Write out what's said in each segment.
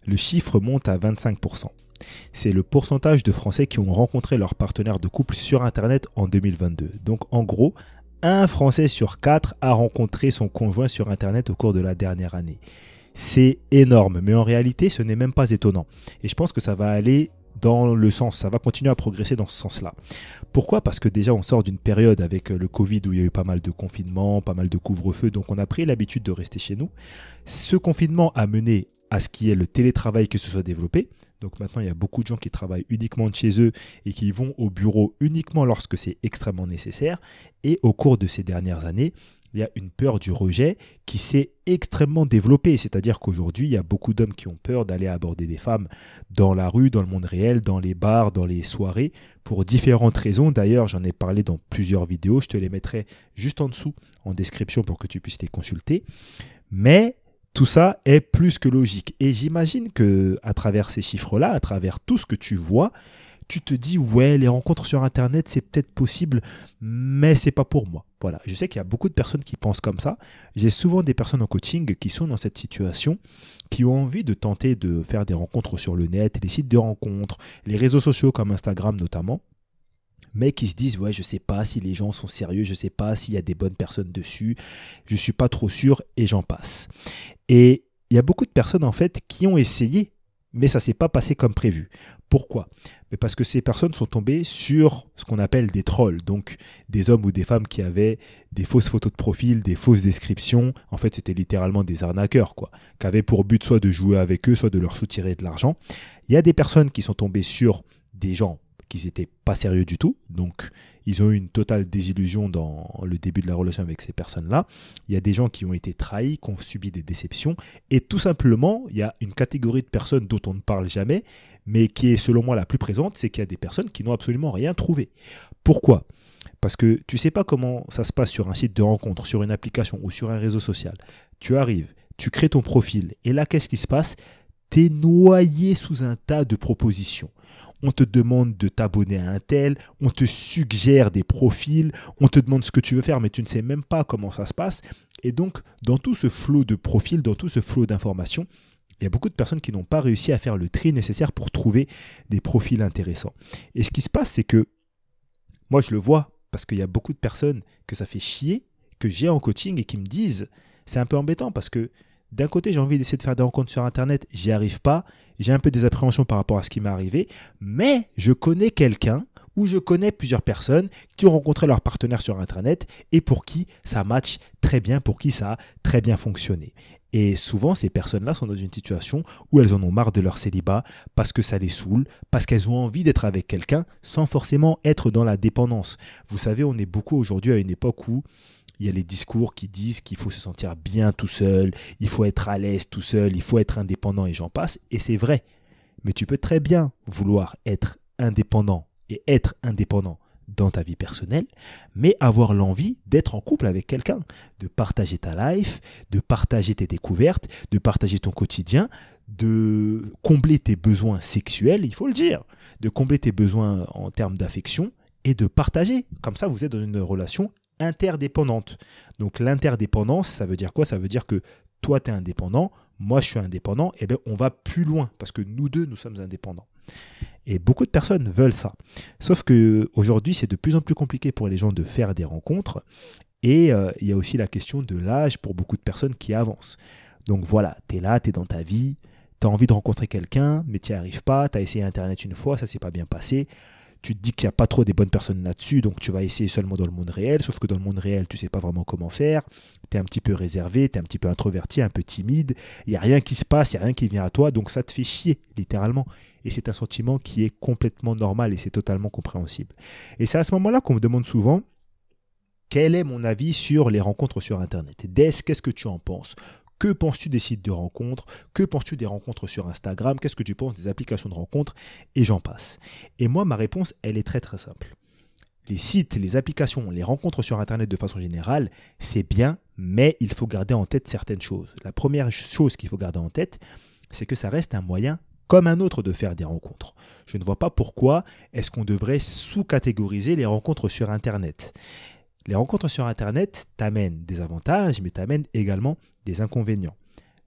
le chiffre monte à 25%. C'est le pourcentage de Français qui ont rencontré leur partenaire de couple sur Internet en 2022. Donc en gros, un Français sur 4 a rencontré son conjoint sur Internet au cours de la dernière année. C'est énorme, mais en réalité, ce n'est même pas étonnant. Et je pense que ça va aller dans le sens, ça va continuer à progresser dans ce sens-là. Pourquoi ? Parce que déjà, on sort d'une période avec le Covid où il y a eu pas mal de confinements, pas mal de couvre-feu, donc on a pris l'habitude de rester chez nous. Ce confinement a mené à ce qu'il y ait le télétravail qui se soit développé. Donc maintenant, il y a beaucoup de gens qui travaillent uniquement de chez eux et qui vont au bureau uniquement lorsque c'est extrêmement nécessaire. Et au cours de ces dernières années, il y a une peur du rejet qui s'est extrêmement développée. C'est-à-dire qu'aujourd'hui, il y a beaucoup d'hommes qui ont peur d'aller aborder des femmes dans la rue, dans le monde réel, dans les bars, dans les soirées, pour différentes raisons. D'ailleurs, j'en ai parlé dans plusieurs vidéos. Je te les mettrai juste en dessous, en description, pour que tu puisses les consulter. Mais tout ça est plus que logique. Et j'imagine qu'à travers ces chiffres-là, à travers tout ce que tu vois, tu te dis, ouais, les rencontres sur Internet, c'est peut-être possible, mais c'est pas pour moi. Voilà. Je sais qu'il y a beaucoup de personnes qui pensent comme ça. J'ai souvent des personnes en coaching qui sont dans cette situation, qui ont envie de tenter de faire des rencontres sur le net, les sites de rencontres, les réseaux sociaux comme Instagram notamment, mais qui se disent, ouais, je sais pas si les gens sont sérieux, je sais pas s'il y a des bonnes personnes dessus, je suis pas trop sûr, et j'en passe. Et il y a beaucoup de personnes en fait qui ont essayé, mais ça ne s'est pas passé comme prévu. Pourquoi ? Parce que ces personnes sont tombées sur ce qu'on appelle des trolls, donc des hommes ou des femmes qui avaient des fausses photos de profil, des fausses descriptions. En fait, c'était littéralement des arnaqueurs, qui avaient pour but soit de jouer avec eux, soit de leur soutirer de l'argent. Il y a des personnes qui sont tombées sur des gens qui n'étaient pas sérieux du tout, donc ils ont eu une totale désillusion dans le début de la relation avec ces personnes-là. Il y a des gens qui ont été trahis, qui ont subi des déceptions, et tout simplement, il y a une catégorie de personnes dont on ne parle jamais, mais qui est selon moi la plus présente, c'est qu'il y a des personnes qui n'ont absolument rien trouvé. Pourquoi ? Parce que tu ne sais pas comment ça se passe sur un site de rencontre, sur une application ou sur un réseau social. Tu arrives, tu crées ton profil, et là, qu'est-ce qui se passe ? Tu es noyé sous un tas de propositions. On te demande de t'abonner à un tel, on te suggère des profils, on te demande ce que tu veux faire, mais tu ne sais même pas comment ça se passe. Et donc, dans tout ce flot de profils, dans tout ce flot d'informations, il y a beaucoup de personnes qui n'ont pas réussi à faire le tri nécessaire pour trouver des profils intéressants. Et ce qui se passe, c'est que moi, je le vois, parce qu'il y a beaucoup de personnes que ça fait chier, que j'ai en coaching et qui me disent, c'est un peu embêtant parce que d'un côté, j'ai envie d'essayer de faire des rencontres sur Internet, j'y arrive pas, j'ai un peu des appréhensions par rapport à ce qui m'est arrivé, mais je connais quelqu'un ou je connais plusieurs personnes qui ont rencontré leur partenaire sur Internet et pour qui ça match très bien, pour qui ça a très bien fonctionné. Et souvent, ces personnes-là sont dans une situation où elles en ont marre de leur célibat parce que ça les saoule, parce qu'elles ont envie d'être avec quelqu'un sans forcément être dans la dépendance. Vous savez, on est beaucoup aujourd'hui à une époque où il y a les discours qui disent qu'il faut se sentir bien tout seul, il faut être à l'aise tout seul, il faut être indépendant et j'en passe. Et c'est vrai. Mais tu peux très bien vouloir être indépendant et être indépendant dans ta vie personnelle, mais avoir l'envie d'être en couple avec quelqu'un, de partager ta life, de partager tes découvertes, de partager ton quotidien, de combler tes besoins sexuels, il faut le dire, de combler tes besoins en termes d'affection et de partager. Comme ça, vous êtes dans une relation interdépendante. Donc l'interdépendance, ça veut dire quoi ? Ça veut dire que toi, tu es indépendant, moi, je suis indépendant, et bien on va plus loin parce que nous deux, nous sommes indépendants. Et beaucoup de personnes veulent ça. Sauf qu'aujourd'hui, c'est de plus en plus compliqué pour les gens de faire des rencontres. Et il y a aussi la question de l'âge pour beaucoup de personnes qui avancent. Donc voilà, tu es là, tu es dans ta vie, tu as envie de rencontrer quelqu'un, mais tu n'y arrives pas, tu as essayé Internet une fois, ça ne s'est pas bien passé. Tu te dis qu'il n'y a pas trop des bonnes personnes là-dessus, donc tu vas essayer seulement dans le monde réel, sauf que dans le monde réel, tu ne sais pas vraiment comment faire, tu es un petit peu réservé, tu es un petit peu introverti, un peu timide, il n'y a rien qui se passe, il n'y a rien qui vient à toi, donc ça te fait chier, littéralement. Et c'est un sentiment qui est complètement normal et c'est totalement compréhensible. Et c'est à ce moment-là qu'on me demande souvent, quel est mon avis sur les rencontres sur Internet ? Des, qu'est-ce que tu en penses ? Que penses-tu des sites de rencontres ? Que penses-tu des rencontres sur Instagram ? Qu'est-ce que tu penses des applications de rencontres ? Et j'en passe. Et moi, ma réponse, elle est très très simple. Les sites, les applications, les rencontres sur Internet de façon générale, c'est bien, mais il faut garder en tête certaines choses. La première chose qu'il faut garder en tête, c'est que ça reste un moyen comme un autre de faire des rencontres. Je ne vois pas pourquoi est-ce qu'on devrait sous-catégoriser les rencontres sur Internet. Les rencontres sur Internet t'amènent des avantages, mais t'amènent également des inconvénients.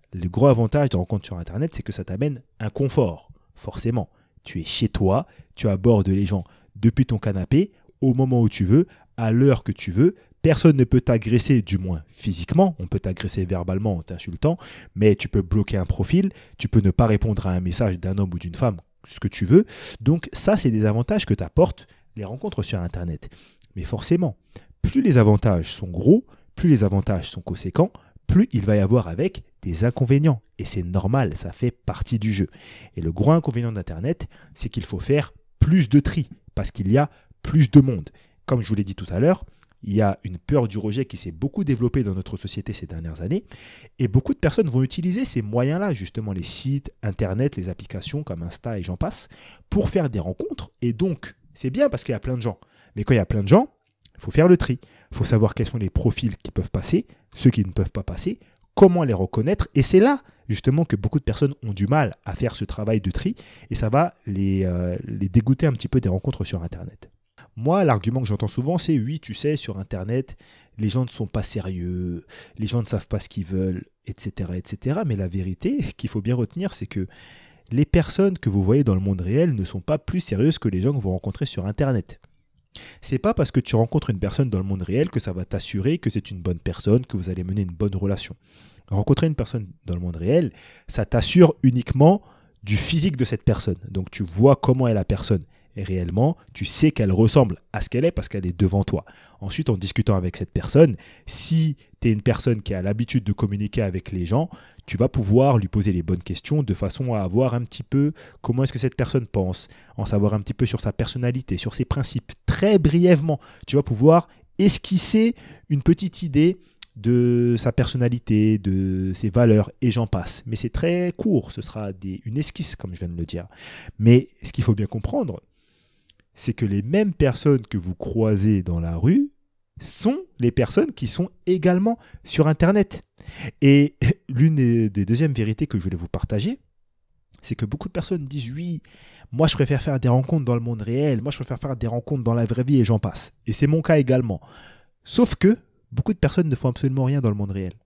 Le gros avantage des rencontres sur Internet, c'est que ça t'amène un confort. Forcément, tu es chez toi, tu abordes les gens depuis ton canapé, au moment où tu veux, à l'heure que tu veux. Personne ne peut t'agresser, du moins physiquement. On peut t'agresser verbalement en t'insultant, mais tu peux bloquer un profil, tu peux ne pas répondre à un message d'un homme ou d'une femme, ce que tu veux. Donc ça, c'est des avantages que t'apportent les rencontres sur Internet. Mais forcément, plus les avantages sont gros, plus les avantages sont conséquents, plus il va y avoir avec des inconvénients. Et c'est normal, ça fait partie du jeu. Et le gros inconvénient d'Internet, c'est qu'il faut faire plus de tri, parce qu'il y a plus de monde. Comme je vous l'ai dit tout à l'heure, il y a une peur du rejet qui s'est beaucoup développée dans notre société ces dernières années. Et beaucoup de personnes vont utiliser ces moyens-là, justement les sites, Internet, les applications comme Insta et j'en passe, pour faire des rencontres. Et donc, c'est bien parce qu'il y a plein de gens. Mais quand il y a plein de gens, il faut faire le tri. Il faut savoir quels sont les profils qui peuvent passer, ceux qui ne peuvent pas passer, comment les reconnaître. Et c'est là, justement, que beaucoup de personnes ont du mal à faire ce travail de tri. Et ça va les dégoûter un petit peu des rencontres sur Internet. Moi, l'argument que j'entends souvent, c'est oui, tu sais, sur Internet, les gens ne sont pas sérieux, les gens ne savent pas ce qu'ils veulent, etc., etc. Mais la vérité qu'il faut bien retenir, c'est que les personnes que vous voyez dans le monde réel ne sont pas plus sérieuses que les gens que vous rencontrez sur Internet. C'est pas parce que tu rencontres une personne dans le monde réel que ça va t'assurer que c'est une bonne personne, que vous allez mener une bonne relation. Rencontrer une personne dans le monde réel, ça t'assure uniquement du physique de cette personne. Donc tu vois comment est la personne. Et réellement, tu sais qu'elle ressemble à ce qu'elle est parce qu'elle est devant toi. Ensuite, en discutant avec cette personne, si tu es une personne qui a l'habitude de communiquer avec les gens, tu vas pouvoir lui poser les bonnes questions de façon à avoir un petit peu comment est-ce que cette personne pense, en savoir un petit peu sur sa personnalité, sur ses principes. Très brièvement, tu vas pouvoir esquisser une petite idée de sa personnalité, de ses valeurs, et j'en passe. Mais c'est très court, ce sera une esquisse, comme je viens de le dire. Mais ce qu'il faut bien comprendre, c'est que les mêmes personnes que vous croisez dans la rue sont les personnes qui sont également sur Internet. Et l'une des deuxièmes vérités que je voulais vous partager, c'est que beaucoup de personnes disent « Oui, moi je préfère faire des rencontres dans le monde réel, moi je préfère faire des rencontres dans la vraie vie et j'en passe. » Et c'est mon cas également. Sauf que beaucoup de personnes ne font absolument rien dans le monde réel.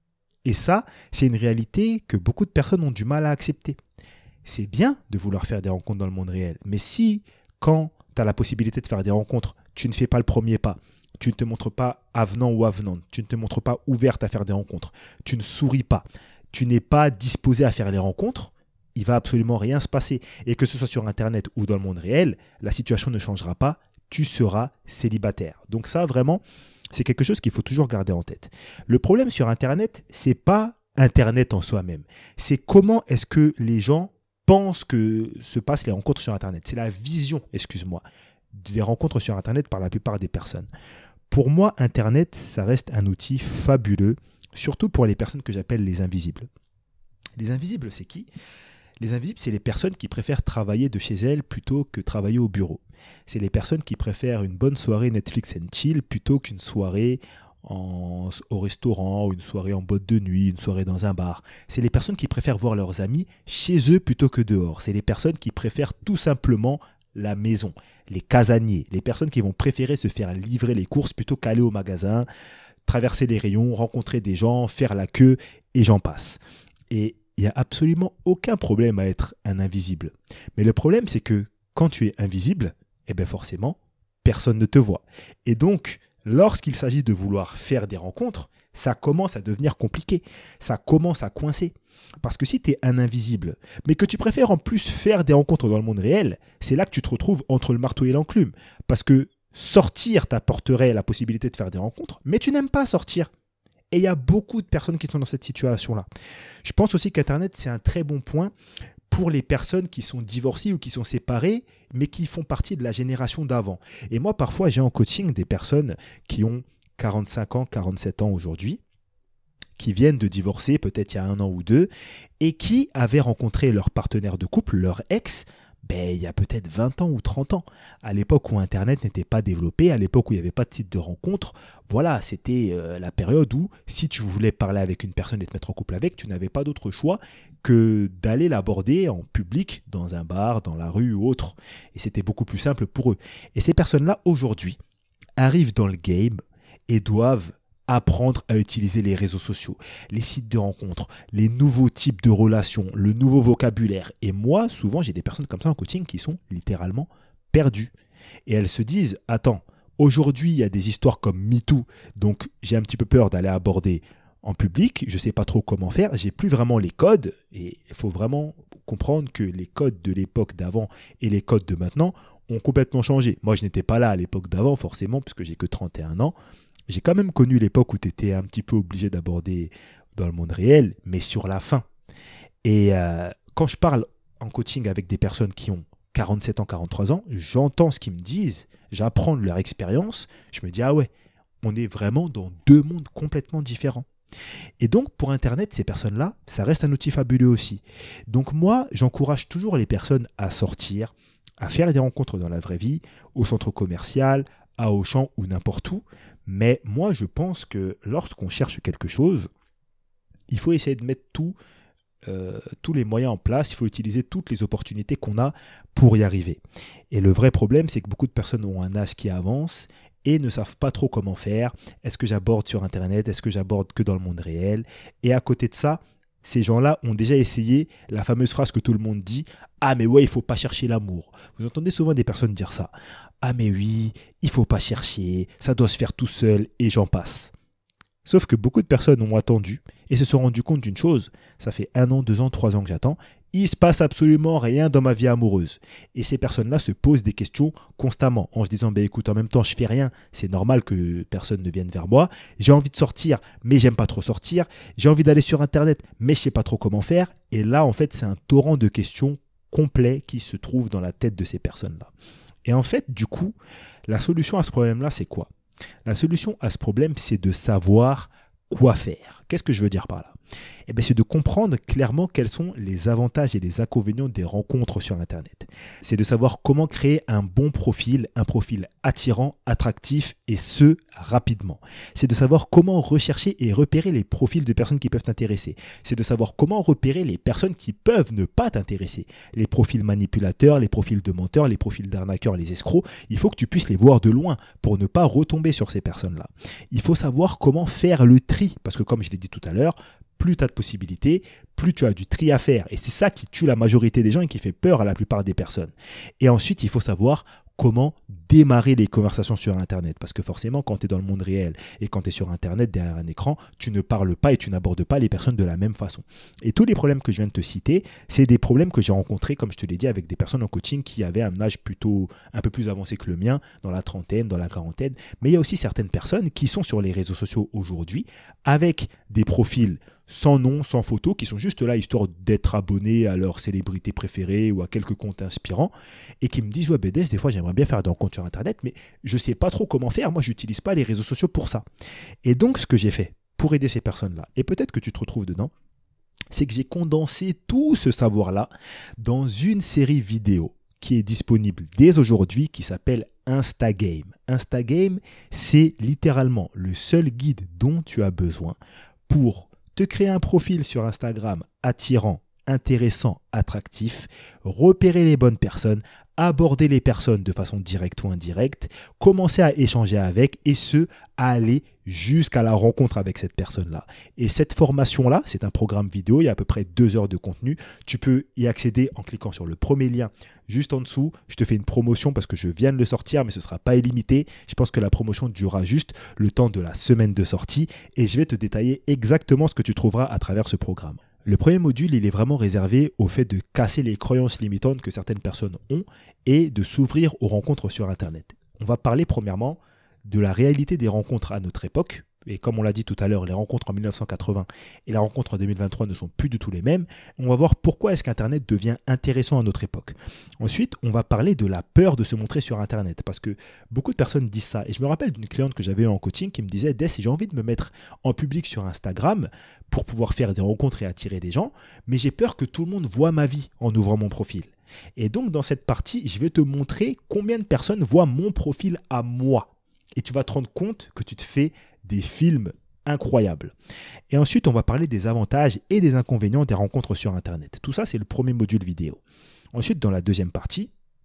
Et ça, c'est une réalité que beaucoup de personnes ont du mal à accepter. C'est bien de vouloir faire des rencontres dans le monde réel, mais si, quand tu as la possibilité de faire des rencontres, tu ne fais pas le premier pas, tu ne te montres pas avenant ou avenante, tu ne te montres pas ouverte à faire des rencontres, tu ne souris pas, tu n'es pas disposé à faire les rencontres, il va absolument rien se passer. Et que ce soit sur Internet ou dans le monde réel, la situation ne changera pas, tu seras célibataire. Donc ça, vraiment, c'est quelque chose qu'il faut toujours garder en tête. Le problème sur Internet, c'est pas Internet en soi-même. C'est comment est-ce que les gens pensent que se passent les rencontres sur Internet. C'est la vision, des rencontres sur Internet par la plupart des personnes. Pour moi, Internet, ça reste un outil fabuleux, surtout pour les personnes que j'appelle les invisibles. Les invisibles, c'est qui ? Les invisibles, c'est les personnes qui préfèrent travailler de chez elles plutôt que travailler au bureau. C'est les personnes qui préfèrent une bonne soirée Netflix and chill plutôt qu'une soirée au restaurant, une soirée en boîte de nuit, une soirée dans un bar. C'est les personnes qui préfèrent voir leurs amis chez eux plutôt que dehors. C'est les personnes qui préfèrent tout simplement la maison, les casaniers, les personnes qui vont préférer se faire livrer les courses plutôt qu'aller au magasin, traverser les rayons, rencontrer des gens, faire la queue et j'en passe. Et il n'y a absolument aucun problème à être un invisible. Mais le problème, c'est que quand tu es invisible, eh bien forcément, personne ne te voit. Et donc, lorsqu'il s'agit de vouloir faire des rencontres, ça commence à devenir compliqué. Ça commence à coincer. Parce que si tu es un invisible, mais que tu préfères en plus faire des rencontres dans le monde réel, c'est là que tu te retrouves entre le marteau et l'enclume. Parce que sortir t'apporterait la possibilité de faire des rencontres, mais tu n'aimes pas sortir. Et il y a beaucoup de personnes qui sont dans cette situation-là. Je pense aussi qu'Internet, c'est un très bon point pour les personnes qui sont divorcées ou qui sont séparées, mais qui font partie de la génération d'avant. Et moi, parfois, j'ai en coaching des personnes qui ont 45 ans, 47 ans aujourd'hui, qui viennent de divorcer peut-être il y a 1 an ou 2, et qui avaient rencontré leur partenaire de couple, leur ex, il y a peut-être 20 ans ou 30 ans, à l'époque où Internet n'était pas développé, à l'époque où il n'y avait pas de site de rencontre. Voilà, c'était la période où si tu voulais parler avec une personne et te mettre en couple avec, tu n'avais pas d'autre choix que d'aller l'aborder en public, dans un bar, dans la rue ou autre. Et c'était beaucoup plus simple pour eux. Et ces personnes-là, aujourd'hui, arrivent dans le game et doivent apprendre à utiliser les réseaux sociaux, les sites de rencontres, les nouveaux types de relations, le nouveau vocabulaire. Et moi, souvent, j'ai des personnes comme ça en coaching qui sont littéralement perdues. Et elles se disent, attends, aujourd'hui, il y a des histoires comme MeToo, donc j'ai un petit peu peur d'aller aborder en public, je ne sais pas trop comment faire, j'ai plus vraiment les codes, et il faut vraiment comprendre que les codes de l'époque d'avant et les codes de maintenant ont complètement changé. Moi, je n'étais pas là à l'époque d'avant, forcément, puisque j'ai que 31 ans. J'ai quand même connu l'époque où tu étais un petit peu obligé d'aborder dans le monde réel, mais sur la fin. Et quand je parle en coaching avec des personnes qui ont 47 ans, 43 ans, j'entends ce qu'ils me disent, j'apprends de leur expérience, je me dis, ah ouais, on est vraiment dans deux mondes complètement différents. Et donc, pour Internet, ces personnes-là, ça reste un outil fabuleux aussi. Donc moi, j'encourage toujours les personnes à sortir, à faire des rencontres dans la vraie vie, au centre commercial, à Auchan ou n'importe où. Mais moi, je pense que lorsqu'on cherche quelque chose, il faut essayer de mettre tous les moyens en place, il faut utiliser toutes les opportunités qu'on a pour y arriver. Et le vrai problème, c'est que beaucoup de personnes ont un âge qui avance et ne savent pas trop comment faire. Est-ce que j'aborde sur Internet? Est-ce que j'aborde que dans le monde réel? Et à côté de ça, ces gens-là ont déjà essayé la fameuse phrase que tout le monde dit, « Ah mais ouais, il ne faut pas chercher l'amour ». Vous entendez souvent des personnes dire ça. « Ah mais oui, il ne faut pas chercher, ça doit se faire tout seul » et j'en passe. Sauf que beaucoup de personnes ont attendu et se sont rendues compte d'une chose. Ça fait 1 an, 2 ans, 3 ans que j'attends. Il ne se passe absolument rien dans ma vie amoureuse. Et ces personnes-là se posent des questions constamment en se disant, écoute, en même temps, je fais rien. C'est normal que personne ne vienne vers moi. J'ai envie de sortir, mais j'aime pas trop sortir. J'ai envie d'aller sur Internet, mais je sais pas trop comment faire. Et là, en fait, c'est un torrent de questions complet qui se trouve dans la tête de ces personnes-là. Et en fait, du coup, la solution à ce problème-là, c'est quoi ? La solution à ce problème, c'est de savoir quoi faire. Qu'est-ce que je veux dire par là ? C'est de comprendre clairement quels sont les avantages et les inconvénients des rencontres sur Internet. C'est de savoir comment créer un bon profil, un profil attirant, attractif et ce, rapidement. C'est de savoir comment rechercher et repérer les profils de personnes qui peuvent t'intéresser. C'est de savoir comment repérer les personnes qui peuvent ne pas t'intéresser. Les profils manipulateurs, les profils de menteurs, les profils d'arnaqueurs, les escrocs. Il faut que tu puisses les voir de loin pour ne pas retomber sur ces personnes-là. Il faut savoir comment faire le tri, parce que comme je l'ai dit tout à l'heure, plus tu as de possibilités, plus tu as du tri à faire. Et c'est ça qui tue la majorité des gens et qui fait peur à la plupart des personnes. Et ensuite, il faut savoir comment démarrer les conversations sur Internet. Parce que forcément, quand tu es dans le monde réel et quand tu es sur Internet derrière un écran, tu ne parles pas et tu n'abordes pas les personnes de la même façon. Et tous les problèmes que je viens de te citer, c'est des problèmes que j'ai rencontrés, comme je te l'ai dit, avec des personnes en coaching qui avaient un âge plutôt un peu plus avancé que le mien, dans la trentaine, dans la quarantaine. Mais il y a aussi certaines personnes qui sont sur les réseaux sociaux aujourd'hui avec des profils sans nom, sans photo, qui sont juste là histoire d'être abonnés à leur célébrité préférée ou à quelques comptes inspirants, et qui me disent, ouais, BDS, des fois j'aimerais bien faire des rencontres sur Internet, mais je ne sais pas trop comment faire, moi je n'utilise pas les réseaux sociaux pour ça. Et donc ce que j'ai fait pour aider ces personnes-là, et peut-être que tu te retrouves dedans, c'est que j'ai condensé tout ce savoir-là dans une série vidéo qui est disponible dès aujourd'hui, qui s'appelle Instagame. Instagame, c'est littéralement le seul guide dont tu as besoin pour te créer un profil sur Instagram attirant, intéressant, attractif, repérer les bonnes personnes, aborder les personnes de façon directe ou indirecte, commencer à échanger avec et à aller jusqu'à la rencontre avec cette personne-là. Et cette formation-là, c'est un programme vidéo, il y a à peu près 2 heures de contenu. Tu peux y accéder en cliquant sur le premier lien juste en dessous. Je te fais une promotion parce que je viens de le sortir, mais ce ne sera pas illimité. Je pense que la promotion durera juste le temps de la semaine de sortie et je vais te détailler exactement ce que tu trouveras à travers ce programme. Le premier module, il est vraiment réservé au fait de casser les croyances limitantes que certaines personnes ont et de s'ouvrir aux rencontres sur Internet. On va parler premièrement de la réalité des rencontres à notre époque. Et comme on l'a dit tout à l'heure, les rencontres en 1980 et la rencontre en 2023 ne sont plus du tout les mêmes. On va voir pourquoi est-ce qu'Internet devient intéressant à notre époque. Ensuite, on va parler de la peur de se montrer sur Internet parce que beaucoup de personnes disent ça. Et je me rappelle d'une cliente que j'avais en coaching qui me disait « Des, j'ai envie de me mettre en public sur Instagram pour pouvoir faire des rencontres et attirer des gens, mais j'ai peur que tout le monde voit ma vie en ouvrant mon profil. » Et donc, dans cette partie, je vais te montrer combien de personnes voient mon profil à moi. Et tu vas te rendre compte que tu te fais des films incroyables. Et ensuite, on va parler des avantages et des inconvénients des rencontres sur Internet. Tout ça, c'est le premier module vidéo. Ensuite, dans la deuxième partie,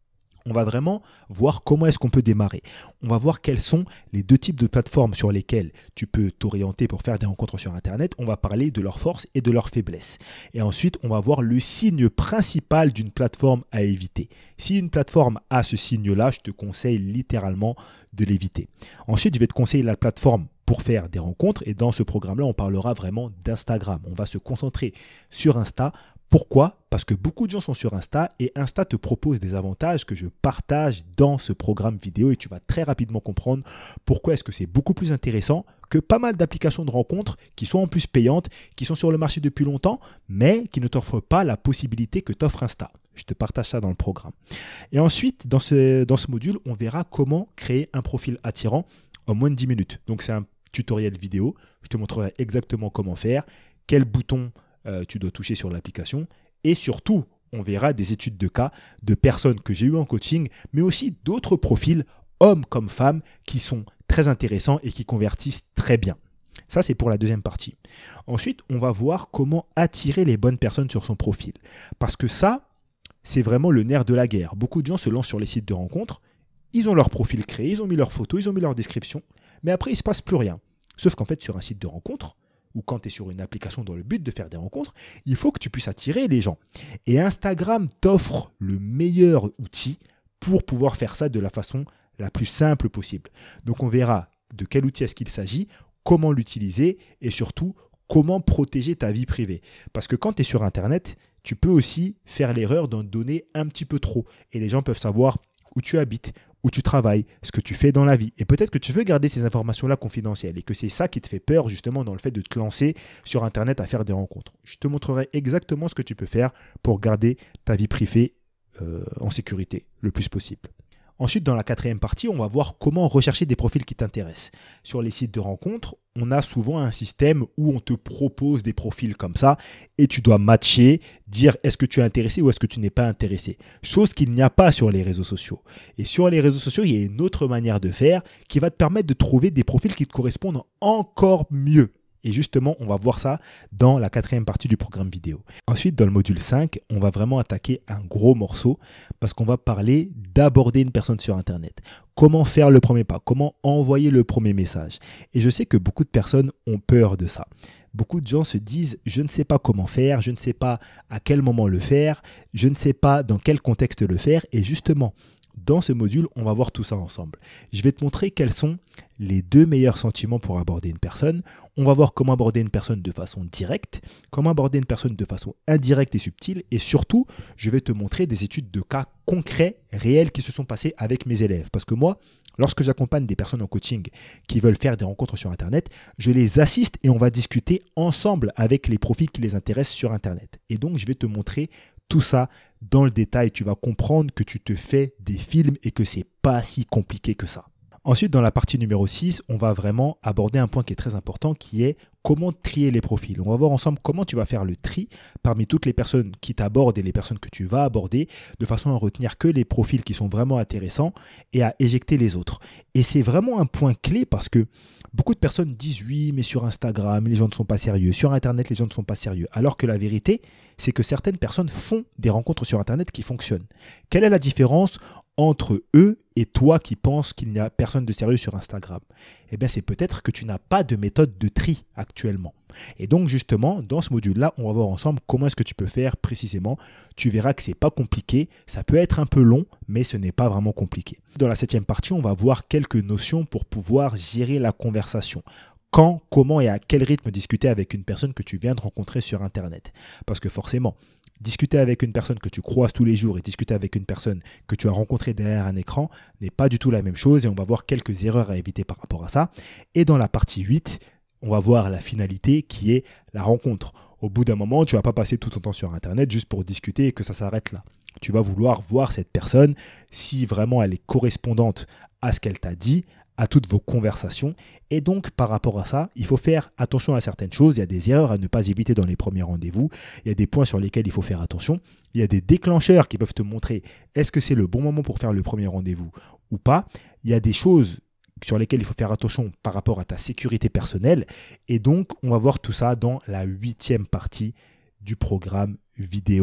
On va vraiment voir comment est-ce qu'on peut démarrer. On va voir quels sont les 2 types de plateformes sur lesquelles tu peux t'orienter pour faire des rencontres sur Internet. On va parler de leurs forces et de leurs faiblesses. Et ensuite, on va voir le signe principal d'une plateforme à éviter. Si une plateforme a ce signe-là, je te conseille littéralement de l'éviter. Ensuite, je vais te conseiller la plateforme pour faire des rencontres. Et dans ce programme-là, on parlera vraiment d'Instagram. On va se concentrer sur Insta. Pourquoi ? Parce que beaucoup de gens sont sur Insta et Insta te propose des avantages que je partage dans ce programme vidéo et tu vas très rapidement comprendre pourquoi est-ce que c'est beaucoup plus intéressant que pas mal d'applications de rencontres qui sont en plus payantes, qui sont sur le marché depuis longtemps, mais qui ne t'offrent pas la possibilité que t'offre Insta. Je te partage ça dans le programme. Et ensuite, dans ce module, on verra comment créer un profil attirant en moins de 10 minutes. Donc, c'est un tutoriel vidéo. Je te montrerai exactement comment faire, quel bouton tu dois toucher sur l'application et surtout, on verra des études de cas de personnes que j'ai eues en coaching, mais aussi d'autres profils, hommes comme femmes, qui sont très intéressants et qui convertissent très bien. Ça, c'est pour la deuxième partie. Ensuite, on va voir comment attirer les bonnes personnes sur son profil. Parce que ça, c'est vraiment le nerf de la guerre. Beaucoup de gens se lancent sur les sites de rencontres, ils ont leur profil créé, ils ont mis leurs photos, ils ont mis leur description, mais après, il ne se passe plus rien. Sauf qu'en fait, sur un site de rencontre, ou quand tu es sur une application dans le but de faire des rencontres, il faut que tu puisses attirer les gens. Et Instagram t'offre le meilleur outil pour pouvoir faire ça de la façon la plus simple possible. Donc on verra de quel outil est-ce qu'il s'agit, comment l'utiliser et surtout comment protéger ta vie privée. Parce que quand tu es sur Internet, tu peux aussi faire l'erreur d'en donner un petit peu trop. Et les gens peuvent savoir où tu habites, où tu travailles, ce que tu fais dans la vie. Et peut-être que tu veux garder ces informations-là confidentielles et que c'est ça qui te fait peur justement dans le fait de te lancer sur Internet à faire des rencontres. Je te montrerai exactement ce que tu peux faire pour garder ta vie privée en sécurité le plus possible. Ensuite, dans la 4e partie, on va voir comment rechercher des profils qui t'intéressent. Sur les sites de rencontres, on a souvent un système où on te propose des profils comme ça et tu dois matcher, dire est-ce que tu es intéressé ou est-ce que tu n'es pas intéressé. Chose qu'il n'y a pas sur les réseaux sociaux. Et sur les réseaux sociaux, il y a une autre manière de faire qui va te permettre de trouver des profils qui te correspondent encore mieux. Et justement, on va voir ça dans la 4e partie du programme vidéo. Ensuite, dans le module 5, on va vraiment attaquer un gros morceau parce qu'on va parler d'aborder une personne sur Internet. Comment faire le premier pas, comment envoyer le premier message. Et je sais que beaucoup de personnes ont peur de ça. Beaucoup de gens se disent « je ne sais pas comment faire, je ne sais pas à quel moment le faire, je ne sais pas dans quel contexte le faire ». Et justement, dans ce module, on va voir tout ça ensemble. Je vais te montrer quels sont les 2 meilleurs sentiments pour aborder une personne. On va voir comment aborder une personne de façon directe, comment aborder une personne de façon indirecte et subtile. Et surtout, je vais te montrer des études de cas concrets, réels, qui se sont passés avec mes élèves. Parce que moi, lorsque j'accompagne des personnes en coaching qui veulent faire des rencontres sur Internet, je les assiste et on va discuter ensemble avec les profils qui les intéressent sur Internet. Et donc, je vais te montrer tout ça dans le détail. Tu vas comprendre que tu te fais des films et que c'est pas si compliqué que ça. Ensuite, dans la partie numéro 6, on va vraiment aborder un point qui est très important qui est comment trier les profils. On va voir ensemble comment tu vas faire le tri parmi toutes les personnes qui t'abordent et les personnes que tu vas aborder de façon à retenir que les profils qui sont vraiment intéressants et à éjecter les autres. Et c'est vraiment un point clé parce que beaucoup de personnes disent oui, mais sur Instagram, les gens ne sont pas sérieux. Sur Internet, les gens ne sont pas sérieux. Alors que la vérité, c'est que certaines personnes font des rencontres sur Internet qui fonctionnent. Quelle est la différence entre eux et toi qui penses qu'il n'y a personne de sérieux sur Instagram? Eh bien, c'est peut-être que tu n'as pas de méthode de tri actuellement. Et donc, justement, dans ce module-là, on va voir ensemble comment est-ce que tu peux faire précisément. Tu verras que ce n'est pas compliqué. Ça peut être un peu long, mais ce n'est pas vraiment compliqué. Dans la 7e partie, on va voir quelques notions pour pouvoir gérer la conversation. Quand, comment et à quel rythme discuter avec une personne que tu viens de rencontrer sur Internet. Parce que forcément, discuter avec une personne que tu croises tous les jours et discuter avec une personne que tu as rencontrée derrière un écran n'est pas du tout la même chose et on va voir quelques erreurs à éviter par rapport à ça. Et dans la partie 8, on va voir la finalité qui est la rencontre. Au bout d'un moment, tu ne vas pas passer tout ton temps sur Internet juste pour discuter et que ça s'arrête là. Tu vas vouloir voir cette personne si vraiment elle est correspondante à ce qu'elle t'a dit, à toutes vos conversations. Et donc, par rapport à ça, il faut faire attention à certaines choses. Il y a des erreurs à ne pas éviter dans les premiers rendez-vous. Il y a des points sur lesquels il faut faire attention. Il y a des déclencheurs qui peuvent te montrer est-ce que c'est le bon moment pour faire le premier rendez-vous ou pas. Il y a des choses sur lesquelles il faut faire attention par rapport à ta sécurité personnelle. Et donc, on va voir tout ça dans la 8e partie du programme vidéo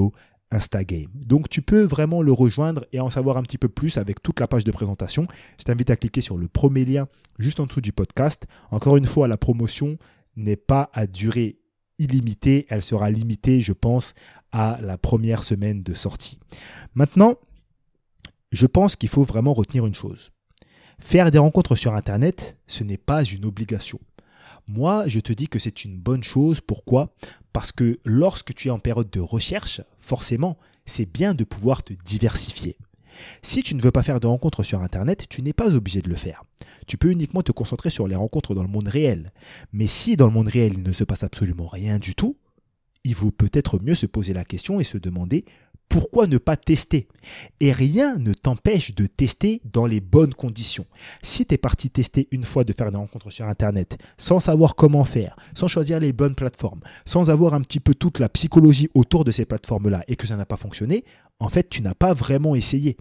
Instagame. Donc tu peux vraiment le rejoindre et en savoir un petit peu plus avec toute la page de présentation. Je t'invite à cliquer sur le premier lien juste en dessous du podcast. Encore une fois, la promotion n'est pas à durée illimitée. Elle sera limitée, je pense, à la première semaine de sortie. Maintenant, je pense qu'il faut vraiment retenir une chose. Faire des rencontres sur Internet, ce n'est pas une obligation. Moi, je te dis que c'est une bonne chose. Pourquoi ? Parce que lorsque tu es en période de recherche, forcément, c'est bien de pouvoir te diversifier. Si tu ne veux pas faire de rencontres sur Internet, tu n'es pas obligé de le faire. Tu peux uniquement te concentrer sur les rencontres dans le monde réel. Mais si dans le monde réel, il ne se passe absolument rien du tout, il vaut peut-être mieux se poser la question et se demander pourquoi ne pas tester ? Et rien ne t'empêche de tester dans les bonnes conditions. Si tu es parti tester une fois de faire des rencontres sur Internet, sans savoir comment faire, sans choisir les bonnes plateformes, sans avoir un petit peu toute la psychologie autour de ces plateformes-là et que ça n'a pas fonctionné, en fait, tu n'as pas vraiment essayé.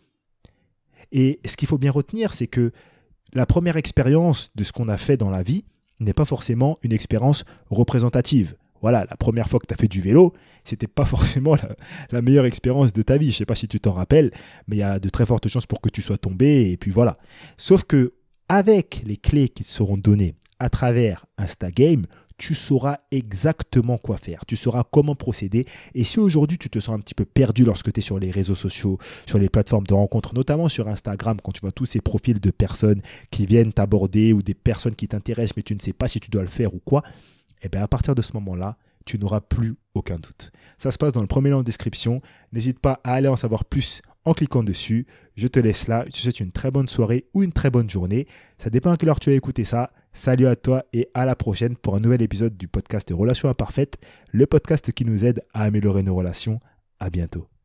Et ce qu'il faut bien retenir, c'est que la première expérience de ce qu'on a fait dans la vie n'est pas forcément une expérience représentative. Voilà, la première fois que tu as fait du vélo, c'était pas forcément la meilleure expérience de ta vie. Je ne sais pas si tu t'en rappelles, mais il y a de très fortes chances pour que tu sois tombé et puis voilà. Sauf que avec les clés qui te seront données à travers Instagame, tu sauras exactement quoi faire. Tu sauras comment procéder. Et si aujourd'hui tu te sens un petit peu perdu lorsque tu es sur les réseaux sociaux, sur les plateformes de rencontres, notamment sur Instagram, quand tu vois tous ces profils de personnes qui viennent t'aborder ou des personnes qui t'intéressent, mais tu ne sais pas si tu dois le faire ou quoi, et bien à partir de ce moment-là, tu n'auras plus aucun doute. Ça se passe dans le premier lien en description. N'hésite pas à aller en savoir plus en cliquant dessus. Je te laisse là. Je te souhaite une très bonne soirée ou une très bonne journée. Ça dépend à quelle heure tu as écouté ça. Salut à toi et à la prochaine pour un nouvel épisode du podcast Relations Imparfaites, le podcast qui nous aide à améliorer nos relations. À bientôt.